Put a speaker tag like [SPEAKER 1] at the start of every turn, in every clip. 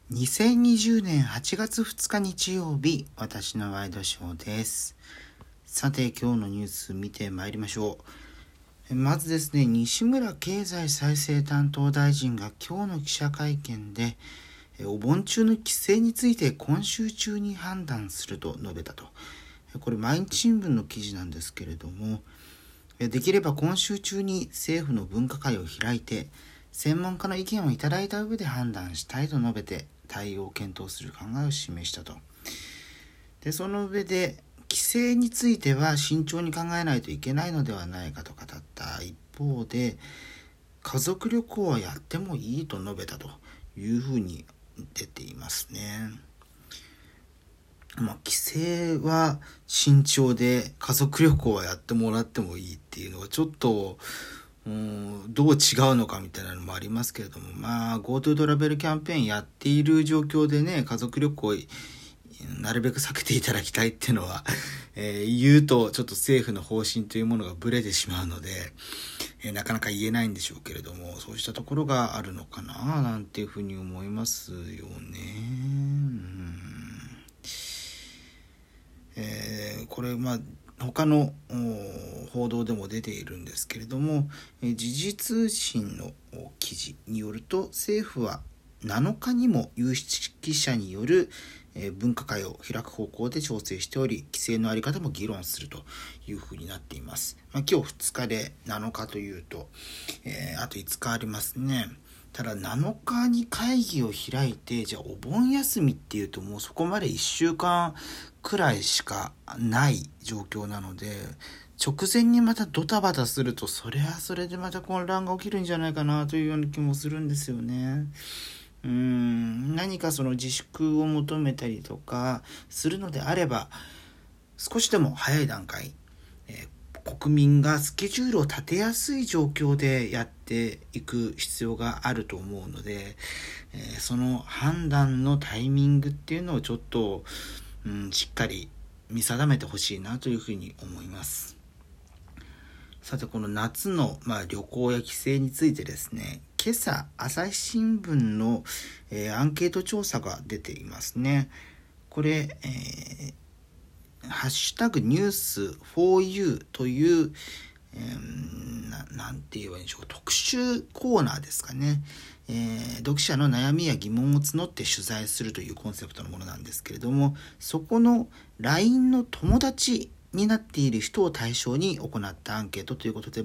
[SPEAKER 1] 2020年8月2日日曜日、私のワイドショーです。さて、今日のニュース見てまいりましょう。まずですね、西村経済再生担当大臣が今日の記者会見で、お盆中の規制について今週中に判断すると述べたと。これ毎日新聞の記事なんですけれども、できれば今週中に政府の分科会を開いて、専門家の意見をいただいた上で判断したいと述べて、対応を検討する考えを示したと。で、その上で規制については慎重に考えないといけないのではないかと語った一方で、家族旅行はやってもいいと述べたというふうに出ていますね。規制は慎重で家族旅行はやってもらってもいいっていうのはちょっとどう違うのかみたいなのもありますけれども、GoTo トラベルキャンペーンやっている状況でね、家族旅行なるべく避けていただきたいっていうのは、言うとちょっと政府の方針というものがブレてしまうので、なかなか言えないんでしょうけれども、そうしたところがあるのかななんていうふうに思いますよね。これ他の報道でも出ているんですけれども、時事通信の記事によると、政府は7日にも有識者による分科会を開く方向で調整しており、規制の在り方も議論するというふうになっています。今日2日で7日というと、あと5日ありますね。ただ7日に会議を開いて、じゃあお盆休みっていうともうそこまで1週間くらいしかない状況なので、直前にまたドタバタすると、それはそれでまた混乱が起きるんじゃないかなというような気もするんですよね。何かその自粛を求めたりとかするのであれば、少しでも早い段階、国民がスケジュールを立てやすい状況でやっていく必要があると思うので、その判断のタイミングっていうのをちょっと、しっかり見定めてほしいなというふうに思います。さて、この夏の、旅行や帰省についてですね、今朝朝日新聞の、アンケート調査が出ていますね。これ、ハッシュタグニュース 4U という、なんて言えばいいんでしょう、特集コーナーですかね。読者の悩みや疑問を募って取材するというコンセプトのものなんですけれども、そこの LINE の友達になっている人を対象に行ったアンケートということで、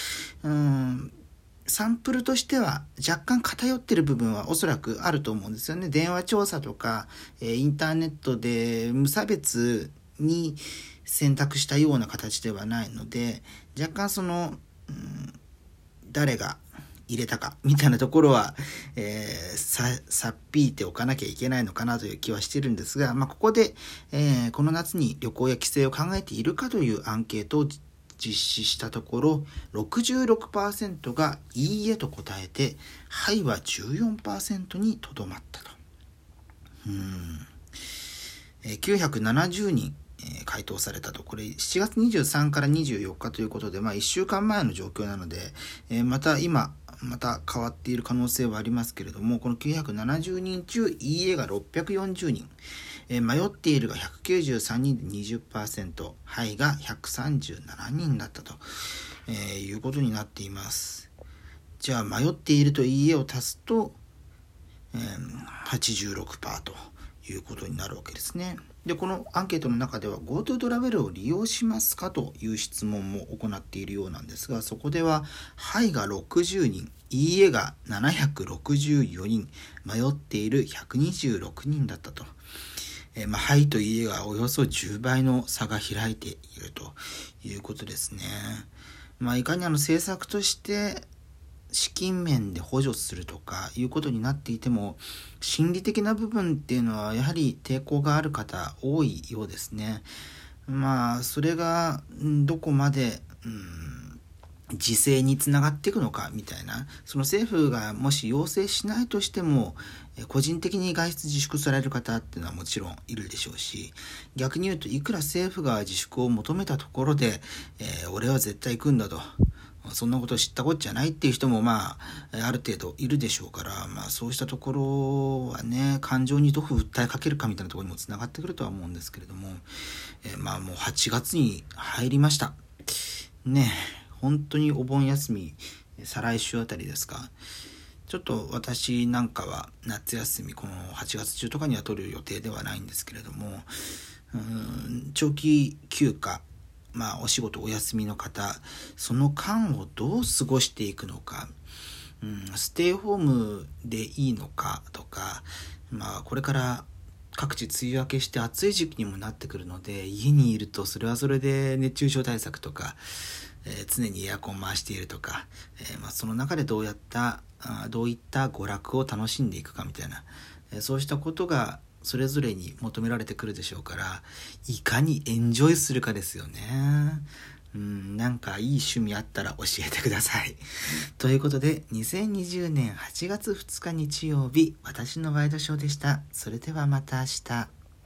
[SPEAKER 1] サンプルとしては若干偏っている部分はおそらくあると思うんですよね。電話調査とか、インターネットで無差別に選択したような形ではないので、若干誰が入れたかみたいなところは、さっぴいておかなきゃいけないのかなという気はしているんですが、ここで、この夏に旅行や帰省を考えているかというアンケートを実施したところ、66% がいいえと答えて、はいは 14% にとどまったと。970人回答されたと。これ7月23から24日ということで、1週間前の状況なので、また変わっている可能性はありますけれども、この970人中いいえが640人、迷っているが193人で 20%、はいが137人だったと、いうことになっています。じゃあ迷っているといいえを足すと、86% ということになるわけですね。で、このアンケートの中では GoTo トラベルを利用しますかという質問も行っているようなんですが、そこでははいが60人、いいえが764人、迷っている126人だったと。はいといいえがおよそ10倍の差が開いているということですね。いかに政策として資金面で補助するとかいうことになっていても、心理的な部分っていうのはやはり抵抗がある方多いようですね。それがどこまで自制につながっていくのかみたいな、その政府がもし要請しないとしても個人的に外出自粛される方っていうのはもちろんいるでしょうし、逆に言うといくら政府が自粛を求めたところで、俺は絶対行くんだと、 そんなこと知ったこっちゃないっていう人もある程度いるでしょうから、そうしたところはね、感情にどう訴えかけるかみたいなところにもつながってくるとは思うんですけれども、もう8月に入りましたね。本当にお盆休み再来週あたりですか。ちょっと私なんかは夏休みこの8月中とかには取る予定ではないんですけれども、長期休暇、お仕事お休みの方、その間をどう過ごしていくのか、ステイホームでいいのかとか、これから各地梅雨明けして暑い時期にもなってくるので、家にいるとそれはそれで熱中症対策とか、常にエアコン回しているとか、その中でどういった娯楽を楽しんでいくかみたいな、そうしたことがそれぞれに求められてくるでしょうから、いかにエンジョイするかですよね。なんかいい趣味あったら教えてください。ということで、2020年8月2日日曜日、私のワイドショーでした。それではまた明日。